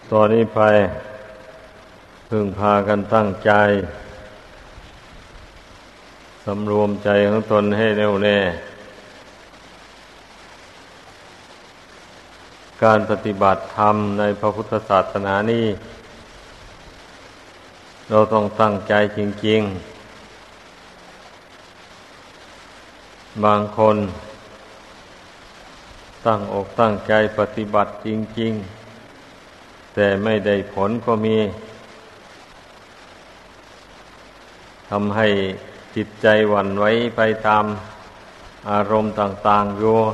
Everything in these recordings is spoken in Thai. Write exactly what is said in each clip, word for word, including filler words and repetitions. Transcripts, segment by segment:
ตอนนี้ไปพึงพากันตั้งใจสำรวมใจของตนให้แน่วแน่การปฏิบัติธรรมในพระพุทธศาสนานี้เราต้องตั้งใจจริงๆบางคนตั้งอกตั้งใจปฏิบัติจริงๆแต่ไม่ได้ผลก็มีทำให้จิตใจหวั่นไหวไปตามอารมณ์ต่างๆอยู่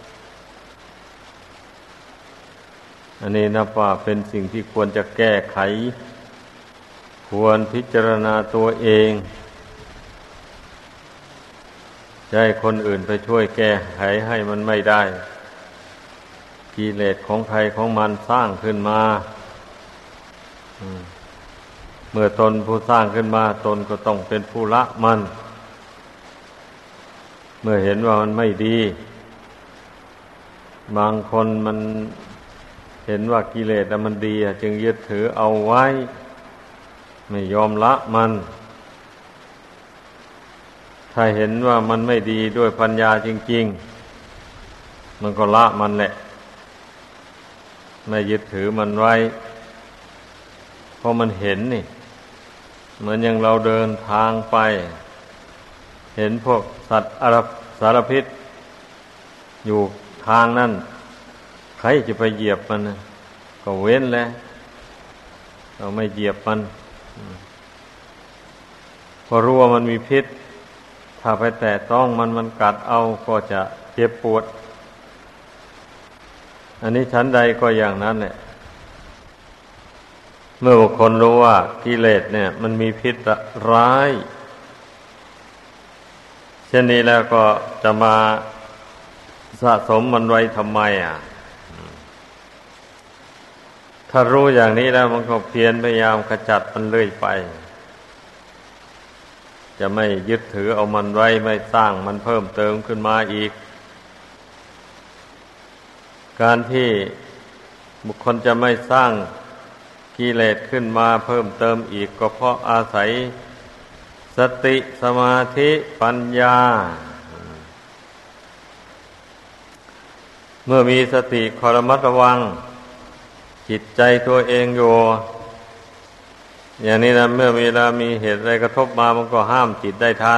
อันนี้นับว่าเป็นสิ่งที่ควรจะแก้ไขควรพิจารณาตัวเองจะให้คนอื่นไปช่วยแก้ไขให้มันไม่ได้กิเลสของใครของมันสร้างขึ้นมาเมื่อตนผู้สร้างขึ้นมาตนก็ต้องเป็นผู้ละมันเมื่อเห็นว่ามันไม่ดีบางคนมันเห็นว่ากิเลสมันดีจึงยึดถือเอาไว้ไม่ยอมละมันถ้าเห็นว่ามันไม่ดีด้วยปัญญาจริงๆมันก็ละมันแหละไม่ยึดถือมันไว้เพราะมันเห็นนี่เหมือนอย่างเราเดินทางไปเห็นพวกสัตว์อาสารพิษอยู่ทางนั้นใครจะไปเหยียบมันนะก็เว้นแล้วเราไม่เหยียบมันพอรู้ว่ามันมีพิษถ้าไปแตะต้องมันมันกัดเอาก็จะเจ็บปวดอันนี้ชั้นใดก็อย่างนั้นแหละเมื่อบุคคลรู้ว่ากิเลสเนี่ยมันมีพิษร้ายเช่นนี้แล้วก็จะมาสะสมมันไว้ทำไมอ่ะถ้ารู้อย่างนี้แล้วมันก็เพียรพยายามขจัดมันเรื่อยไปจะไม่ยึดถือเอามันไว้ไม่สร้างมันเพิ่มเติมขึ้นมาอีกการที่บุคคลจะไม่สร้างกิเลสขึ้นมาเพิ่มเติมอีกก็เพราะอาศัยสติสมาธิปัญญาเมื่อมีสติคอยระมัดระวังจิตใจตัวเองอยู่อย่างนี้นะเมื่อเวลามีเหตุอะไรกระทบมามันก็ห้ามจิตได้ทัน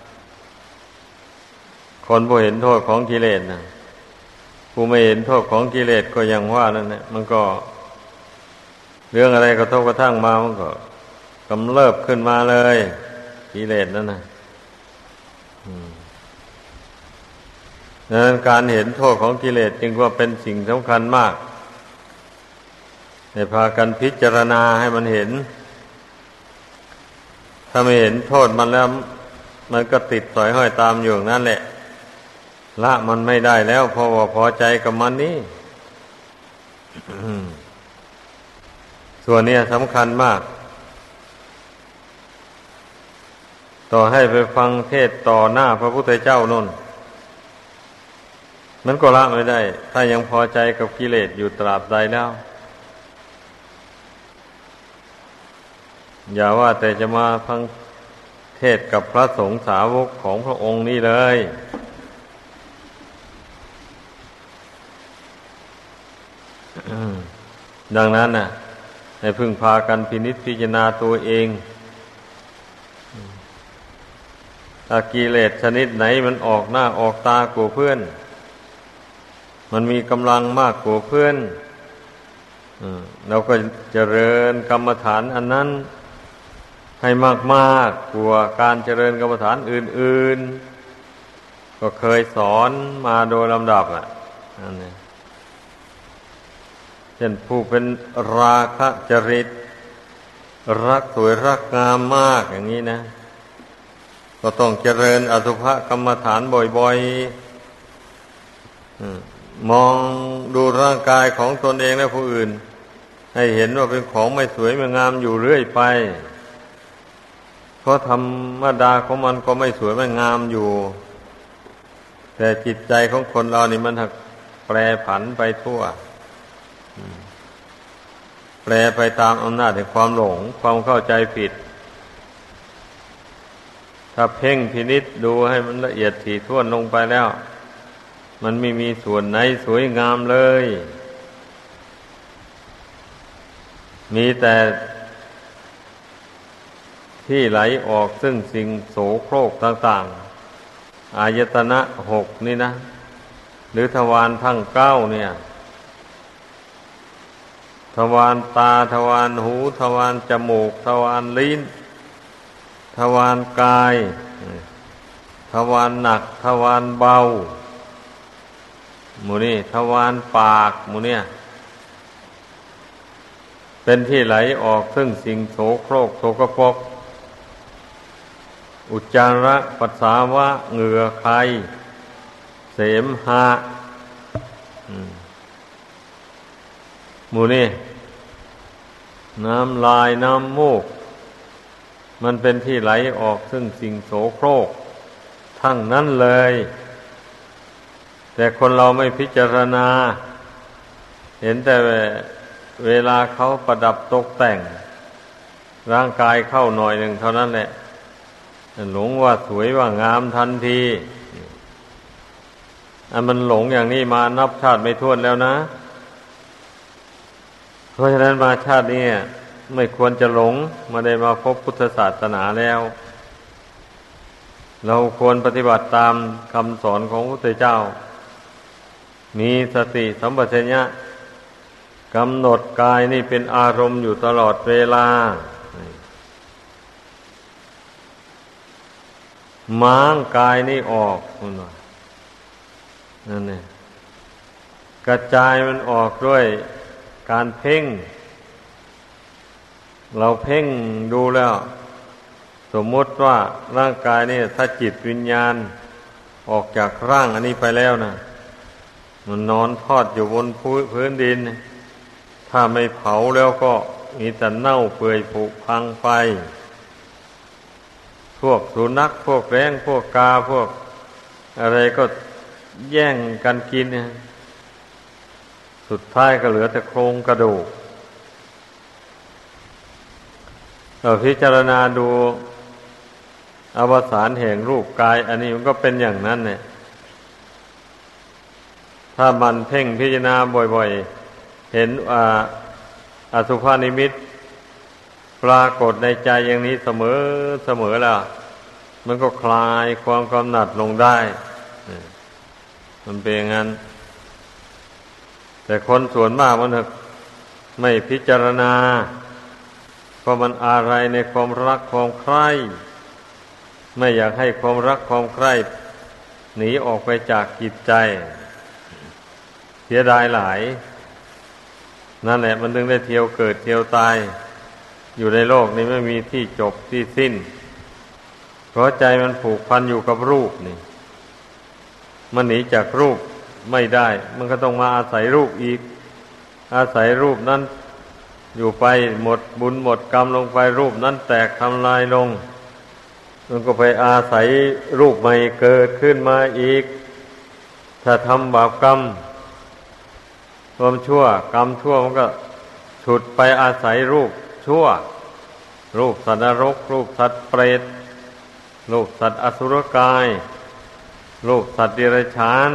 คนผู้เห็นโทษของกิเลสนะผู้ไม่เห็นโทษของกิเลสก็ยังว่านั่นแหละมันก็เรื่องอะไรกระทบกระทั่งมามันก็กำเริบขึ้นมาเลยกิเลสนั่นนะดังนั้นการเห็นโทษของกิเลสจึงว่าเป็นสิ่งสำคัญมากให้พากันพิจารณาให้มันเห็นถ้าไม่เห็นโทษมันแล้วมันก็ติดสอยห้อยตามอยู่นั่นแหละละมันไม่ได้แล้วเพราะว่าพอใจกับมันนี่ ส่วนนี้สำคัญมากต่อให้ไปฟังเทศต่อหน้าพระพุทธเจ้านั่นมันก็ละไม่ได้ถ้ายังพอใจกับกิเลสอยู่ตราบใดแล้วอย่าว่าแต่จะมาฟังเทศกับพระสงฆ์สาวกของพระองค์นี่เลยดังนั้นน่ะให้พึงพากันพินิจพิจารณาตัวเองถ้ากิเลสชนิดไหนมันออกหน้าออกตากว่าเพื่อนมันมีกำลังมากกว่าเพื่อนเราก็เจริญกรรมฐานอันนั้นให้มากๆกว่าการเจริญกรรมฐานอื่นๆก็เคยสอนมาโดยลำดับอ่ะนั่นเองเช่นผู้เป็นราคะจริตรักสวยรักงามมากอย่างนี้นะก็ต้องเจริญอสุภกรรมฐานบ่อยๆมองดูร่างกายของตนเองและผู้อื่นให้เห็นว่าเป็นของไม่สวยไม่งามอยู่เรื่อยไปเพราะธรรมดาของมันก็ไม่สวยไม่งามอยู่แต่จิตใจของคนเรานี่มันแปรผันไปทั่ว แปลไปตามอำนาจแห่งความหลงความเข้าใจผิดถ้าเพ่งพินิจดูให้มันละเอียดถี่ถ้วนลงไปแล้วมันไม่มีส่วนไหนสวยงามเลยมีแต่ที่ไหลออกซึ่งสิ่งโสโครกต่างๆอายตนะหกนี่นะหรือทวารทั้งเก้าเนี่ยทวารตาทวารหูทวารจมูกทวารลิ้นทวารกายทวารหนักทวารเบาหมู่นี่ทวารปากหมู่เนี่ยเป็นที่ไหลออกซึ่งสิ่งโสโครกโสกปรกอุจจาระปัสสาวะเหงื่อใครเสมหะหมู่นี่น้ำลายน้ำมูกมันเป็นที่ไหลออกซึ่งสิ่งโสโครกทั้งนั้นเลยแต่คนเราไม่พิจารณาเห็นแต่เวลาเขาประดับตกแต่งร่างกายเข้าหน่อยหนึ่งเท่านั้นแหละหลงว่าสวยว่างามทันทีอันมันหลงอย่างนี้มานับชาติไม่ถ้วนแล้วนะเพราะฉะนั้นมาชาตินี้ไม่ควรจะหลงมาได้มาพบพุทธศาสนาแล้วเราควรปฏิบัติตามคำสอนของพระพุทธเจ้ามีสติสัมปชัญญะกำหนดกายนี่เป็นอารมณ์อยู่ตลอดเวลาม้างกายนี่ออกนั่นว่านั่นเนี่ยกระจายมันออกด้วยการเพ่งเราเพ่งดูแล้วสมมติว่าร่างกายนี่ถ้าจิตวิญญาณออกจากร่างอันนี้ไปแล้วนะมันนอนทอดอยู่บนพื้นดินถ้าไม่เผาแล้วก็มีแต่เน่าเปื่อยผุพังไปพวกสุนัขพวกแร้งพวกกาพวกอะไรก็แย่งกันกินสุดท้ายก็เหลือแต่โครงกระดูกเราพิจารณาดูอวสานแห่งรูปกายอันนี้มันก็เป็นอย่างนั้นเนี่ยถ้ามันเพ่งพิจารณาบ่อยๆเห็นอ่าอสุภนิมิตปรากฏในใจอย่างนี้เสมอเสมอแล้วมันก็คลายความกำหนัดลงได้มันเป็นอย่างนั้นแต่คนส่วนมากมันไม่พิจารณาเพราะมันอะไรในความรักความใคร่ไม่อยากให้ความรักความใคร่หนีออกไปจากจิตใจเสียดายหลายนั่นแหละมันถึงได้เที่ยวเกิดเที่ยวตายอยู่ในโลกนี้ไม่มีที่จบที่สิ้นเพราะใจมันผูกพันอยู่กับรูปนี่มันหนีจากรูปไม่ได้มันก็ต้องมาอาศัยรูปอีกอาศัยรูปนั้นอยู่ไปหมดบุญหมดกรรมลงไปรูปนั้นแตกทำลายลงมันก็ไปอาศัยรูปใหม่เกิดขึ้นมาอีกถ้าทำบาปกรรมความชั่วกรรมชั่วมันก็ฉุดไปอาศัยรูปชั่วรูปสัตว์นรกรูปสัตว์เปรตรูปสัตว์อสุรกายรูปสัตว์เดรัจฉาน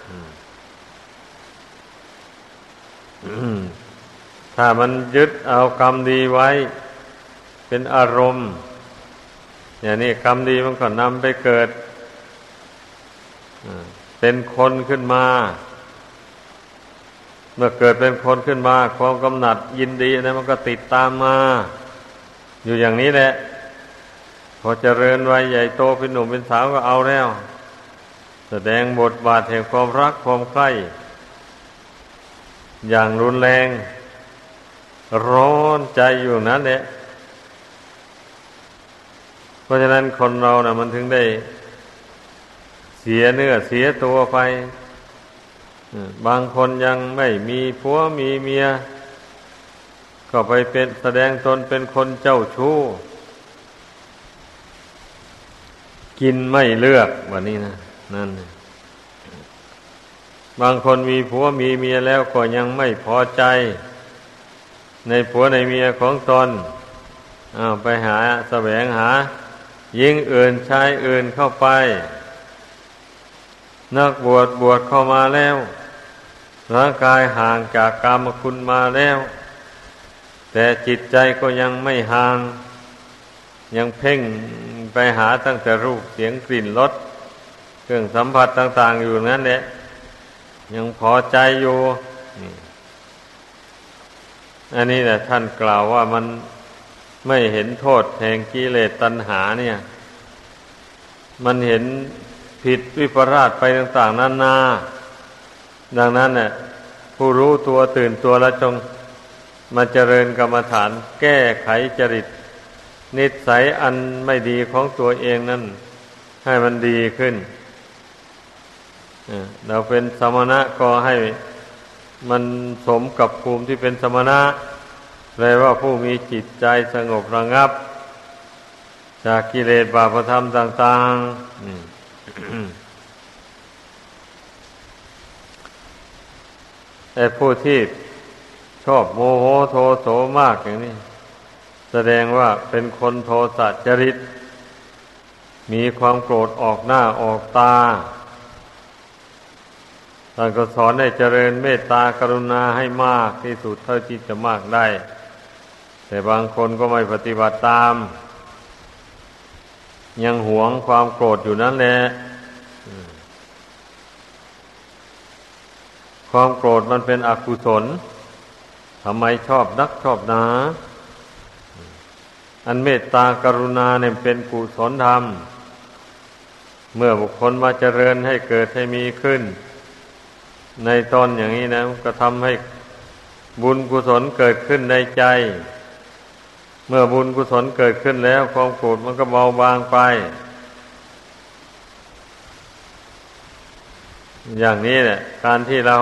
ถ้ามันยึดเอากรรมดีไว้เป็นอารมณ์อย่างนี้กรรมดีมันก็นำไปเกิดเป็นคนขึ้นมาเมื่อเกิดเป็นคนขึ้นมาความกำหนัดยินดีนะมันก็ติดตามมาอยู่อย่างนี้แหละพอเจริญวัยใหญ่โตเป็นหนุ่มเป็นสาวก็เอาแล้วแสดงบทบาทแห่งความรักความใคร่อย่างรุนแรงร้อนใจอยู่นั้นแหละเพราะฉะนั้นคนเรานะมันถึงได้เสียเนื้อเสียตัวไปบางคนยังไม่มีผัวมีเมียก็ไปเป็นแสดงตนเป็นคนเจ้าชู้กินไม่เลือกวันนี้นะนั่นบางคนมีผัวมีเมียแล้วก็ยังไม่พอใจในผัวในเมียของตนอ้าวไปหาแสวงหาหญิงอื่นชายอื่นเข้าไปนักบวชบวชเข้ามาแล้วร่างกายห่างจากกามคุณมาแล้วแต่จิตใจก็ยังไม่ห่างยังเพ่งไปหาตั้งแต่รูปเสียงกลิ่นรสเครื่องสัมผัสต่างๆอยู่นั่นแหละยังพอใจอยู่อันนี้แหละท่านกล่าวว่ามันไม่เห็นโทษแห่งกิเลสตัณหาเนี่ยมันเห็นผิดวิปลาสไปต่างๆนานาดังนั้นน่ะผู้รู้ตัวตื่นตัวแล้วจงมาเจริญกรรมฐานแก้ไขจริตนิสัยอันไม่ดีของตัวเองนั่นให้มันดีขึ้นเราเป็นสมณะก็ให้มันสมกับภูมิที่เป็นสมณะแปลว่าผู้มีจิตใจสงบระงับจากกิเลสบาปธรรมต่างๆ แต่ผู้ที่ชอบโมโหโทโสมากอย่างนี้แสดงว่าเป็นคนโทสะจริตมีความโกรธออกหน้าออกตาท่านก็สอนให้เจริญเมตตากรุณาให้มากที่สุดเท่าที่จะมากได้แต่บางคนก็ไม่ปฏิบัติตามยังหวงความโกรธอยู่นั่นแหละความโกรธมันเป็นอกุศลทำไมชอบนักชอบหนาอันเมตตากรุณาเนี่ยเป็นกุศลธรรมเมื่อบุคคลมาเจริญให้เกิดให้มีขึ้นในตนอย่างนี้นะก็ทำให้บุญกุศลเกิดขึ้นในใจเมื่อบุญกุศลเกิดขึ้นแล้วความโกรธมันก็เบาบางไปอย่างนี้แหละการที่เรา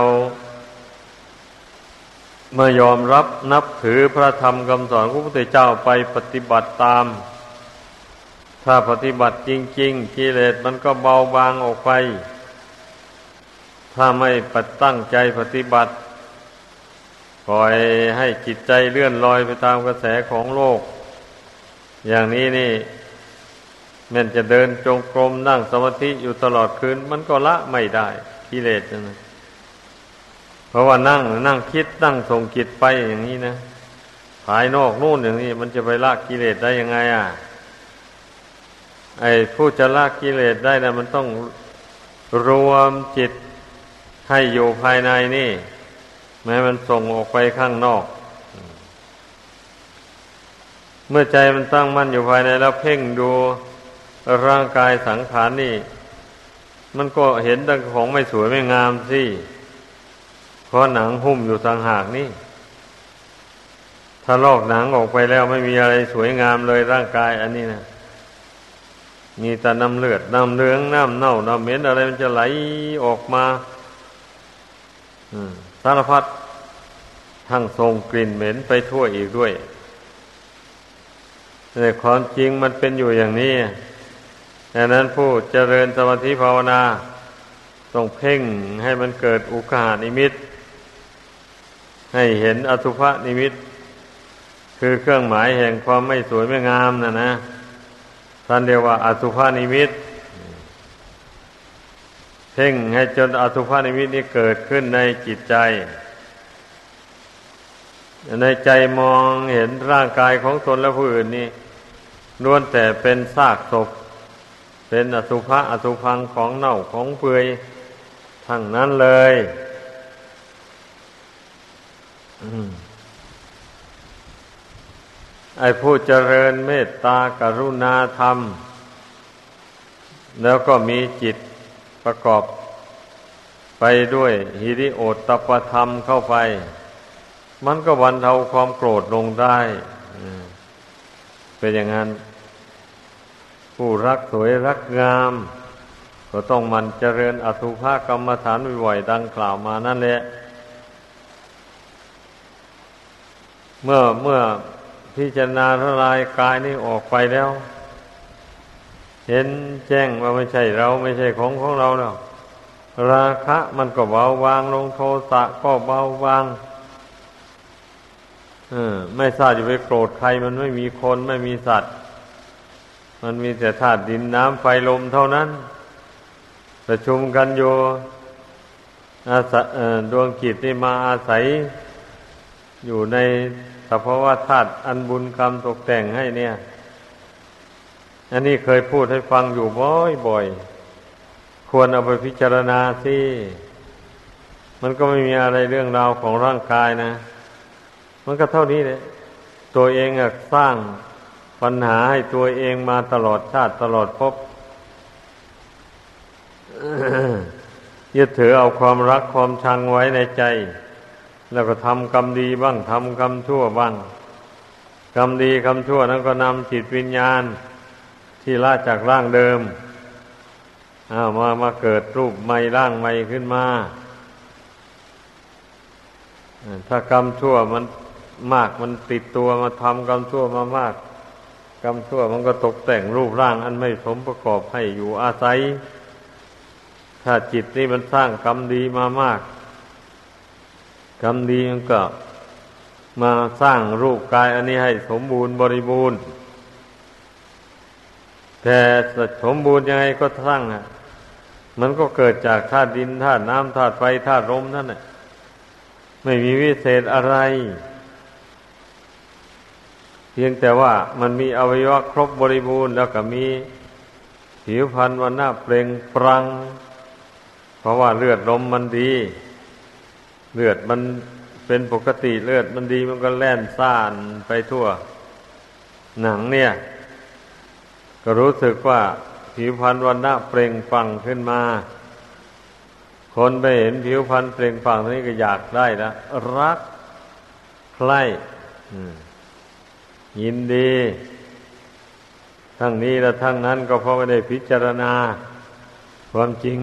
เมื่อยอมรับนับถือพระธรรมคำสอนของพระพุทธเจ้าไปปฏิบัติตามถ้าปฏิบัติจริงๆกิเลสมันก็เบาบางออกไปถ้าไม่ปัดตั้งใจปฏิบัติปล่อยให้จิตใจเลื่อนลอยไปตามกระแสของโลกอย่างนี้นี่แม้จะเดินจงกรมนั่งสมาธิอยู่ตลอดคืนมันก็ละไม่ได้กิเลสนะเพราะว่านั่งนั่งคิดนั่งส่งจิตไปอย่างนี้นะภายนอกนู่นอย่างนี้มันจะไปละกิเลสได้ยังไงอ่ะไอ้ผู้จะละกิเลสได้นะมันต้องรวมจิตให้อยู่ภายในนี่แม้มันส่งออกไปข้างนอกเมื่อใจมันตั้งมั่นอยู่ภายในแล้วเพ่งดูร่างกายสังขารนี่มันก็เห็นแต่ของไม่สวยไม่งามสิเพราะหนังหุ้มอยู่ต่างหากนี่ถ้าลอกหนังออกไปแล้วไม่มีอะไรสวยงามเลยร่างกายอันนี้นะมีแต่น้ำเลือดน้ำเหลืองน้ำเน่าน้ำเหม็นอะไรมันจะไหลออกมาสารพัดทั้งส่งกลิ่นเหม็นไปทั่วอีกด้วยแต่ความจริงมันเป็นอยู่อย่างนี้ดังนั้นผู้เจริญสมาธิภาวนาต้องเพ่งให้มันเกิดอุคหานิมิตให้เห็นอสุภนิมิตคือเครื่องหมายแห่งความไม่สวยไม่งามนะนะท่านเรียกว่าอสุภนิมิตเพ่งให้จนอสุภนิมิตนี้เกิดขึ้นในจิตใจในใจมองเห็นร่างกายของตนและผู้อื่นนี่ล้วนแต่เป็นซากศพเป็นอสุภะอสุภังของเน่าของเปื่อยทั้งนั้นเลยไอ้ผู้เจริญเมตตากรุณาธรรมแล้วก็มีจิตประกอบไปด้วยหิริโอตตัปปธรรมเข้าไปมันก็บรรเทาความโกรธลงได้เป็นอย่างนั้นผู้รักสวยรักงามก็ต้องมันเจริญอสุภกรรมฐานบ่อยๆดังกล่าวมานั่นแหละเมื่อเมื่อพิจารณาทลายกายนี้ออกไปแล้วเห็นแจ้งว่าไม่ใช่เราไม่ใช่ของของเราแล้วราคะมันก็เบาบางลงโทสะก็เบาบางเออไม่ทราบจะไปโกรธใครมันไม่มีคนไม่มีสัตว์มันมีแต่ธาตุดินน้ำไฟลมเท่านั้นประชุมกันอยู่อาศัยดวงจิตนี่มาอาศัยอยู่ในสภาวะธาตุอันบุญกรรมตกแต่งให้เนี่ยอันนี้เคยพูดให้ฟังอยู่บ่อยๆควรเอาไปพิจารณาสิมันก็ไม่มีอะไรเรื่องราวของร่างกายนะมันก็เท่านี้แหละตัวเองอะสร้างปัญหาให้ตัวเองมาตลอดชาติตลอดภพ ยึดถือเอาความรักความชังไว้ในใจแล้วก็ทำกรรมดีบ้างทำกรรมชั่วบ้างกรรมดีกรรมชั่วนั้นก็นำจิตวิญญาณที่ละจากร่างเดิมอ้าวมามาเกิดรูปใหม่ร่างใหม่ขึ้นมาถ้ากรรมชั่วมันมากมันติดตัวมาทำกรรมชั่วมามากกรรมชั่วมันก็ตกแต่งรูปร่างอันไม่สมประกอบให้อยู่อาศัยถ้าจิตนี่มันสร้างกรรมดีมามากกรรมดีมันก็มาสร้างรูปกายอันนี้ให้สมบูรณ์บริบูรณ์แต่สมบูรณ์ยังไงก็สร้างอ่ะมันก็เกิดจากธาตุดินธาตุน้ำธาตุไฟธาตุลมนั่นแหละไม่มีวิเศษอะไรเพียงแต่ว่ามันมีอวัยวะครบบริบูรณ์แล้วก็มีผิวพรรณวันหน้าเปล่งปลั่งเพราะว่าเลือดลมมันดีเลือดมันเป็นปกติเลือดมันดีมันก็แล่นซ่านไปทั่วหนังเนี่ยก็รู้สึกว่าผิวพรรณวันหน้าเปล่งปลั่งขึ้นมาคนไปเห็นผิวพรรณเปล่งปลั่งนี้ก็อยากได้ละรักใคร่ยินดีทั้งนี้และทั้งนั้นก็เพราะไม่ได้พิจารณาความจริง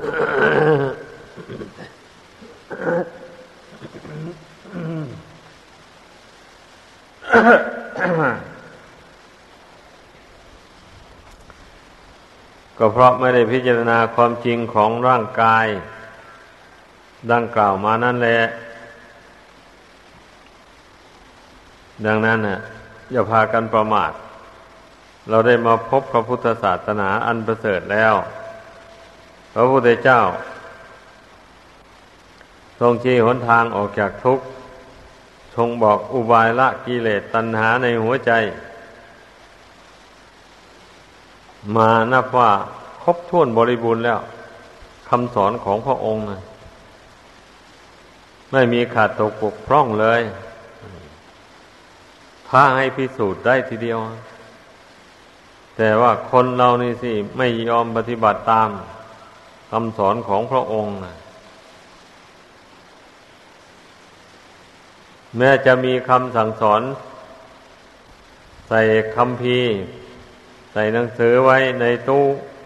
ก็เพราะไม่ได้พิจารณาความจริงของร่างกายดังกล่าวมานั่นแหละดังนั้นน่ะอย่าพากันประมาทเราได้มาพบพระพุทธศาสนาอันประเสริฐแล้วพระพุทธเจ้าทรงชี้หนทางออกจากทุกข์ทรงบอกอุบายละกิเลสตัณหาในหัวใจมานับว่าครบถ้วนบริบูรณ์แล้วคำสอนของพระองค์นะไม่มีขาดตกบกพร่องเลยพาให้พิสูจน์ได้ทีเดียวแต่ว่าคนเรานี่สิไม่ยอมปฏิบัติตามคำสอนของพระองค์นะแม้จะมีคำสั่งสอนใส่คัมภีร์ใส่หนังสือไว้ในตู้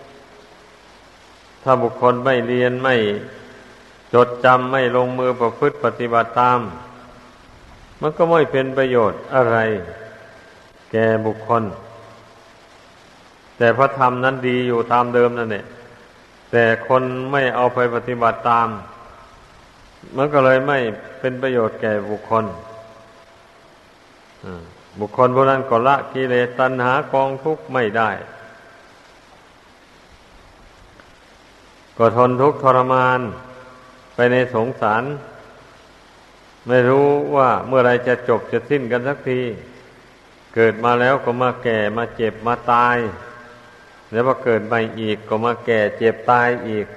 ถ้าบุคคลไม่เรียนไม่จดจำไม่ลงมือประพฤติปฏิบัติตามมันก็ไม่เป็นประโยชน์อะไรแก่บุคคลแต่พระธรรมนั้นดีอยู่ตามเดิมนั่นแหละแต่คนไม่เอาไปปฏิบัติตามมันก็เลยไม่เป็นประโยชน์แก่บุคคลบุคคลพวกนั้นก็ละกิเลสตัณหากองทุกข์ไม่ได้ก็ทนทุกข์ทรมานไปในสงสารไม่รู้ว่าเมื่อไรจะจบจะสิ้นกันสักทีเกิดมาแล้วก็มาแก่มาเจ็บมาตายแล้วพอเกิดใหม่อีกก็มาแก่เจ็บตายอีก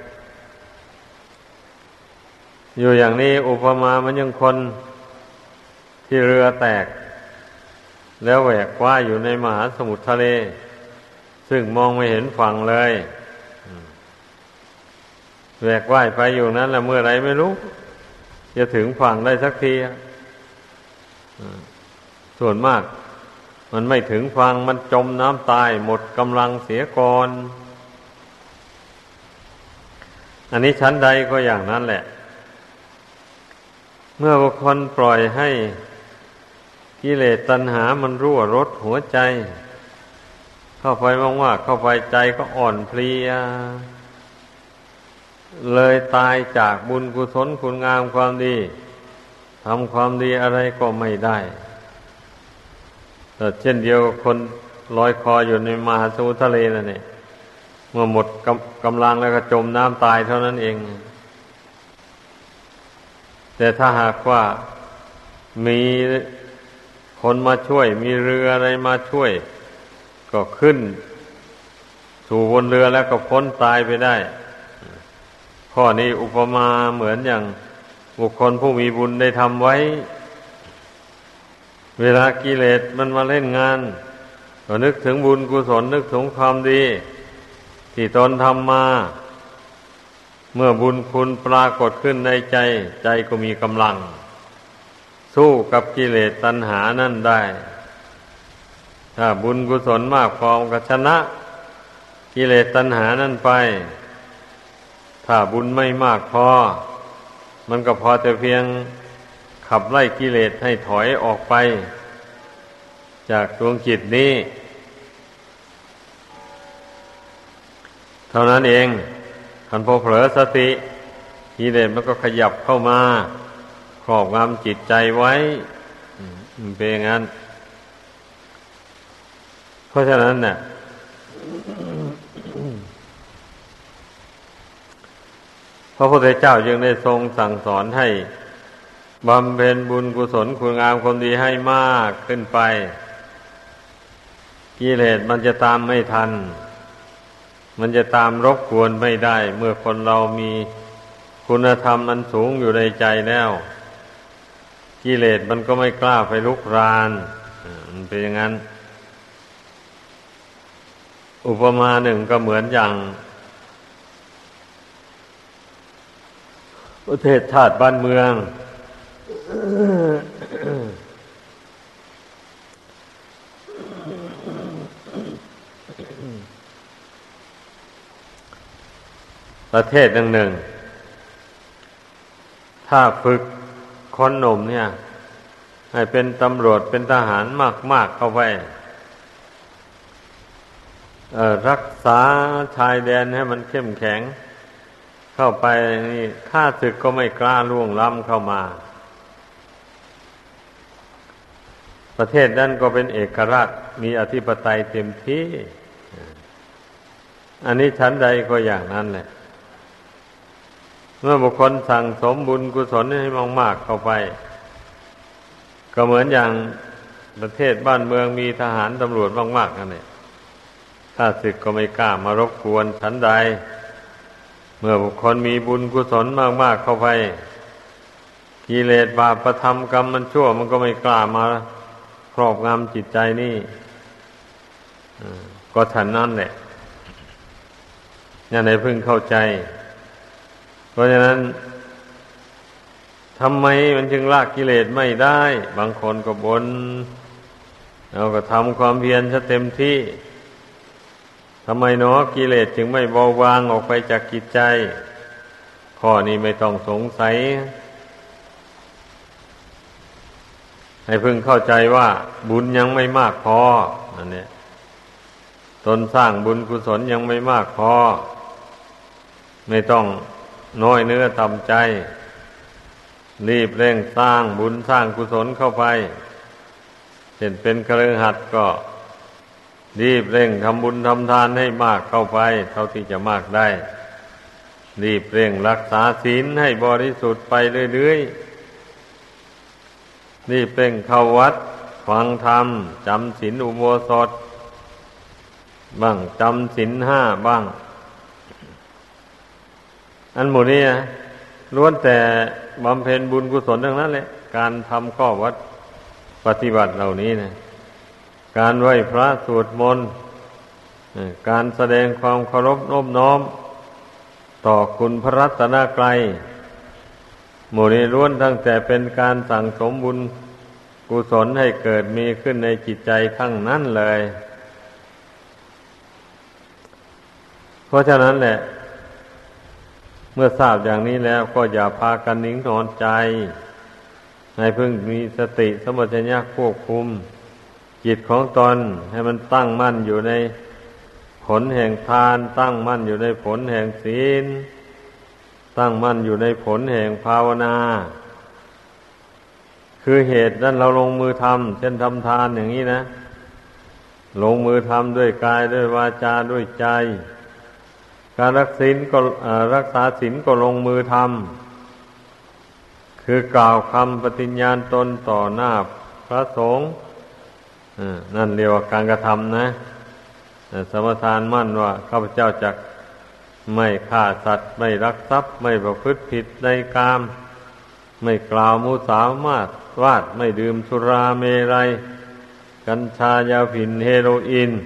อยู่อย่างนี้อุปมามันยังคนที่เรือแตกแล้วแหวกว่ายอยู่ในมหาสมุทรทะเลซึ่งมองไม่เห็นฝั่งเลยแหวกว่ายไปอยู่นั้นแหละเมื่อไรไม่รู้จะถึงฝั่งได้สักทีส่วนมากมันไม่ถึงฝั่งมันจมน้ำตายหมดกำลังเสียก่อนอันนี้ชั้นใดก็อย่างนั้นแหละเมื่อบุคคลปล่อยให้กิเลสตัณหามันรั่วรดหัวใจเข้าไปมากๆเข้าไปใจก็อ่อนเพลียเลยตายจากบุญกุศลคุณงามความดีทำความดีอะไรก็ไม่ได้แต่เช่นเดียวกับคนลอยคออยู่ในมหาสมุทรทะเลนั่นเองเมื่อหมดกำกำลังแล้วก็จมน้ำตายเท่านั้นเองแต่ถ้าหากว่ามีคนมาช่วยมีเรืออะไรมาช่วยก็ขึ้นสู่บนเรือแล้วก็พ้นตายไปได้ข้อนี้อุปมาเหมือนอย่างบุคคลผู้มีบุญได้ทำไว้เวลากิเลสมันมาเล่นงานก็นึกถึงบุญกุศลนึกถึงความดีที่ตนทำมาเมื่อบุญคุณปรากฏขึ้นในใจใจก็มีกำลังสู้กับกิเลสตัณหานั่นได้ถ้าบุญกุศลมากพอก็ชนะกิเลสตัณหานั่นไปถ้าบุญไม่มากพอมันก็พอแต่เพียงขับไล่กิเลสให้ถอยออกไปจากดวงจิตนี้เท่านั้นเองคันพอเผลอสติกิเลสมันก็ขยับเข้ามาครอบงำจิตใจไว้เป็นอย่างนั้นเพราะฉะนั้นเนี่ยพระพุทธเจ้าจึงได้ทรงสั่งสอนให้บำเพ็ญบุญกุศลคุณงามความดีให้มากขึ้นไปกิเลสมันจะตามไม่ทันมันจะตามรบกวนไม่ได้เมื่อคนเรามีคุณธรรมอันสูงอยู่ในใจแล้วกิเลสมันก็ไม่กล้าไปลุกรานมันเป็นอย่างนั้นอุปมาหนึ่งก็เหมือนอย่างประเทศชาติบ้านเมืองประเทศหนึ่งหนึ่งถ้าฝึกคนหนุ่มเนี่ยให้เป็นตำรวจเป็นทหารมากๆเข้าไปเอ่อรักษาชายแดนให้มันเข้มแข็งเข้าไปนี่ข้าศึกก็ไม่กล้าล่วงล้ำเข้ามาประเทศนั้นก็เป็นเอกราชมีอธิปไตยเต็มที่อันนี้ชั้นใดก็อย่างนั้นแหละเมื่อบุคคลสั่งสมบุญกุศลให้มากๆเข้าไปก็เหมือนอย่างประเทศบ้านเมืองมีทหารตำรวจมากๆนั่นแหละข้าศึกก็ไม่กล้ามารบกวนชั้นใดเมื่อบุคคลมีบุญกุศลมากๆเข้าไปกิเลสบาปประทำกรรมมันชั่วมันก็ไม่กล้ามาครอบงำจิตใจนี่ก็ฉันนั่นแหละอย่าไหนพึงเข้าใจเพราะฉะนั้นทำไมมันจึงละกิเลสไม่ได้บางคนก็บนเราก็ทำความเพียรซะเต็มที่ทำไมเนาะกิเลสจึงไม่เบาบางออกไปจากจิตใจข้อนี้ไม่ต้องสงสัยให้พึงเข้าใจว่าบุญยังไม่มากพอนั่นเนี่ยตนสร้างบุญกุศลยังไม่มากพอไม่ต้องน้อยเนื้อต่ำใจรีบเร่งสร้างบุญสร้างกุศลเข้าไปเช่นเป็นคฤหัสถ์ก็รีบเร่งทำบุญทำทานให้มากเข้าไปเท่าที่จะมากได้รีบเร่งรักษาศีลให้บริสุทธิ์ไปเรื่อยๆรีบเร่งเข้าวัดฟังธรรมจำศีลอุโบสถบ้างจำศีลห้าบ้างอันหมดนี้ล้วนแต่บำเพ็ญบุญกุศลทั้งนั้นแหละการทำข้อวัดปฏิบัติเหล่านี้นะการไหว้พระสวดมนต์การแสดงความเคารพนอบน้อมต่อคุณพระรัตนกรัยหมู่นี้ล้วนตั้งแต่เป็นการสั่งสมบุญกุศลให้เกิดมีขึ้นในจิตใจทั้งนั้นเลยเพราะฉะนั้นแหละเมื่อทราบอย่างนี้แล้วก็อย่าพากันนิ่งนอนใจให้พึงมีสติสัมปชัญญะควบคุมจิตของตนให้มันตั้งมั่นอยู่ในผลแห่งทานตั้งมั่นอยู่ในผลแห่งศีลตั้งมั่นอยู่ในผลแห่งภาวนาคือเหตุนั้นเราลงมือทำเช่นทำทานอย่างนี้นะลงมือทำด้วยกายด้วยวาจาด้วยใจ การรักศีลก็รักษาศีลก็ลงมือทำคือกล่าวคำปฏิญญาณตนต่อหน้าพระสงฆ์นั่นเรียกว่าการกระทำนะสมทานมั่นว่าข้าพเจ้าจักไม่ฆ่าสัตว์ไม่ลักทรัพย์ไม่ประพฤติผิดในกามไม่กล่าวมุสาวาทวาทไม่ดื่มสุราเมรัยกัญชายาฝิ่นเฮโรอีน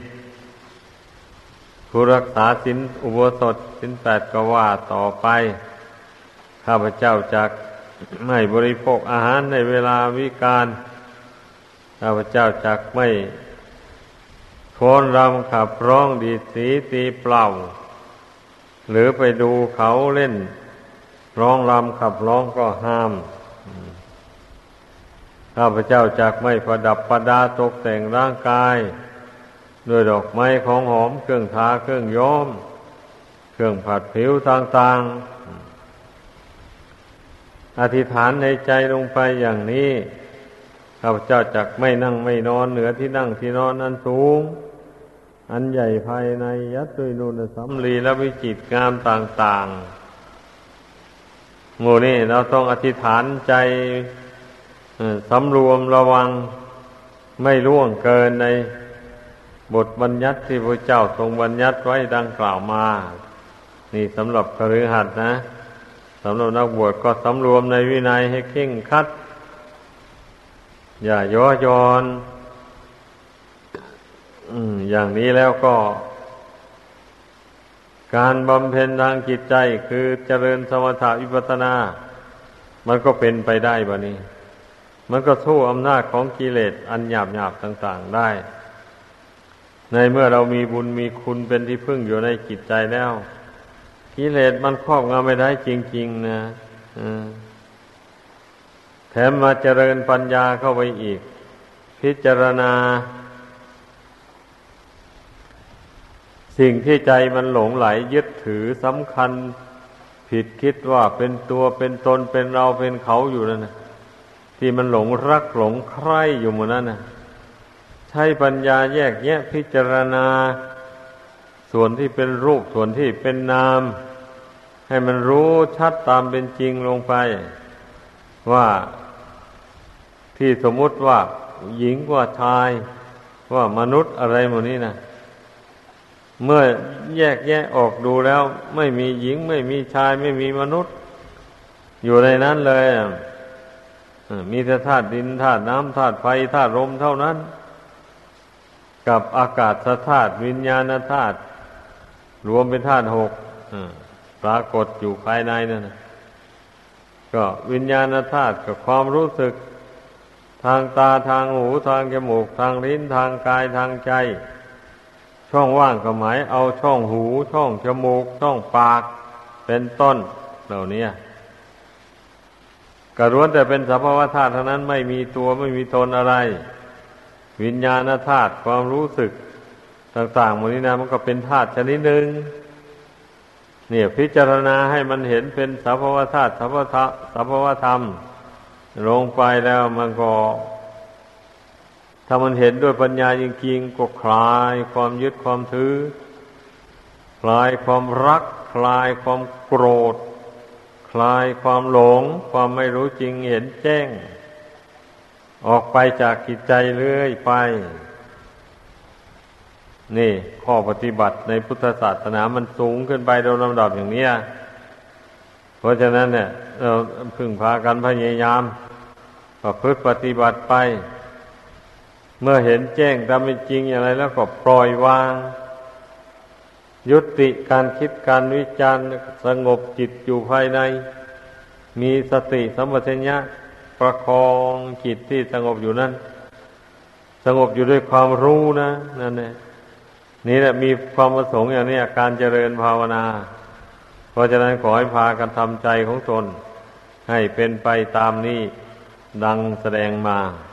ผู้รักษาศีลอุโบสถศีลแปดก็ว่าต่อไปข้าพเจ้าจักไม่บริโภคอาหารในเวลาวิกาลข้าพเจ้าจักไม่ฟ้อนรำขับร้องดีดสีตีเป่าหรือไปดูเขาเล่นร้องรำขับร้องก็ห้ามข้าพเจ้าจักไม่ประดับประดาตกแต่งร่างกายด้วยดอกไม้ของหอมเครื่องทาเครื่องย้อมเครื่องผัดผิวต่างๆอธิษฐานในใจลงไปอย่างนี้ข้าพเจ้าจักไม่นั่งไม่นอนเหนือที่นั่งที่นอนอันสูงอันใหญ่ภายในยัดด้วยนูนสำลีและวิจิตรงามต่างๆหมู่นี้เราต้องอธิษฐานใจสำรวมระวังไม่ล่วงเกินในบทบัญญัติที่พระเจ้าทรงบัญญัติไว้ดังกล่าวมานี่สำหรับคฤหัสถ์นะสำหรับนักบวชก็สำรวมในวินัยให้เคร่งครัดอย่าย่อหย่อนอืมอย่างนี้แล้วก็การบำเพ็ญทางจิตใจคือเจริญสมถะวิปัสสนามันก็เป็นไปได้บัดนี้มันก็สู้อำนาจของกิเลสอันหยาบๆต่างๆได้ในเมื่อเรามีบุญมีคุณเป็นที่พึ่งอยู่ในจิตใจแล้วกิเลสมันครอบงำไม่ได้จริงๆนะแถมมาเจริญปัญญาเข้าไปอีกพิจารณาสิ่งที่ใจมันหลงไหลยึดถือสำคัญผิดคิดว่าเป็นตัวเป็นตนเป็นเราเป็นเขาอยู่นั่นนะที่มันหลงรักหลงใคร่อยู่หมดนั่นนะใช้ปัญญาแยกแยะพิจารณาส่วนที่เป็นรูปส่วนที่เป็นนามให้มันรู้ชัดตามเป็นจริงลงไปว่าที่สมมุติว่าหญิงว่าชายว่ามนุษย์อะไรหมดนี้นะเมื่อแยกแยะออกดูแล้วไม่มีหญิงไม่มีชายไม่มีมนุษย์อยู่ในนั้นเลยมีแต่ธาตุดินธาตุน้ำธาตุไฟธาตุลมเท่านั้นกับอากาศธาตุวิญญาณธาตุรวมเป็นธาตุหกปรากฏอยู่ภายในนั่นก็วิญญาณธาตุกับความรู้สึกทางตาทางหูทางจมูกทางลิ้นทางกายทางใจช่องว่างก็หมายเอาช่องหูช่องจมูกช่องปากเป็นต้นเหล่านี้ก็ล้วนแต่เป็นสภาวะธาตุเท่านั้นไม่มีตัวไม่มีตนอะไรวิญญาณธาตุความรู้สึกต่างๆหมดนี้นะมันก็เป็นธาตุชนิดหนึ่งเนี่ยพิจารณาให้มันเห็นเป็นสภาวะธาตุสภาวะสภาวะธรรมลงไปแล้วมันก็ถ้ามันเห็นด้วยปัญญาจริงๆก็คลายความยึดความถือคลายความรักคลายความโกรธคลายความหลงความไม่รู้จริงเห็นแจ้งออกไปจากจิตใจเรื่อยไปนี่ข้อปฏิบัติในพุทธศาสนามันสูงขึ้นไปโดยลำดับอย่างนี้เพราะฉะนั้นเนี่ยเราพึงพากันพยายามประพฤติปฏิบัติไปเมื่อเห็นแจ้งตามเป็นจริงอย่างไรแล้วก็ปล่อยวางยุติการคิดการวิจารณ์สงบจิตอยู่ภายในมีสติสัมปชัญญะประคองจิตที่สงบอยู่นั้นสงบอยู่ด้วยความรู้นะนั่นแหละนี่แหละมีความประสงค์อย่างนี้การเจริญภาวนาเพราะฉะนั้นขอให้พากันทำใจของตนให้เป็นไปตามนี้ดังแสดงมา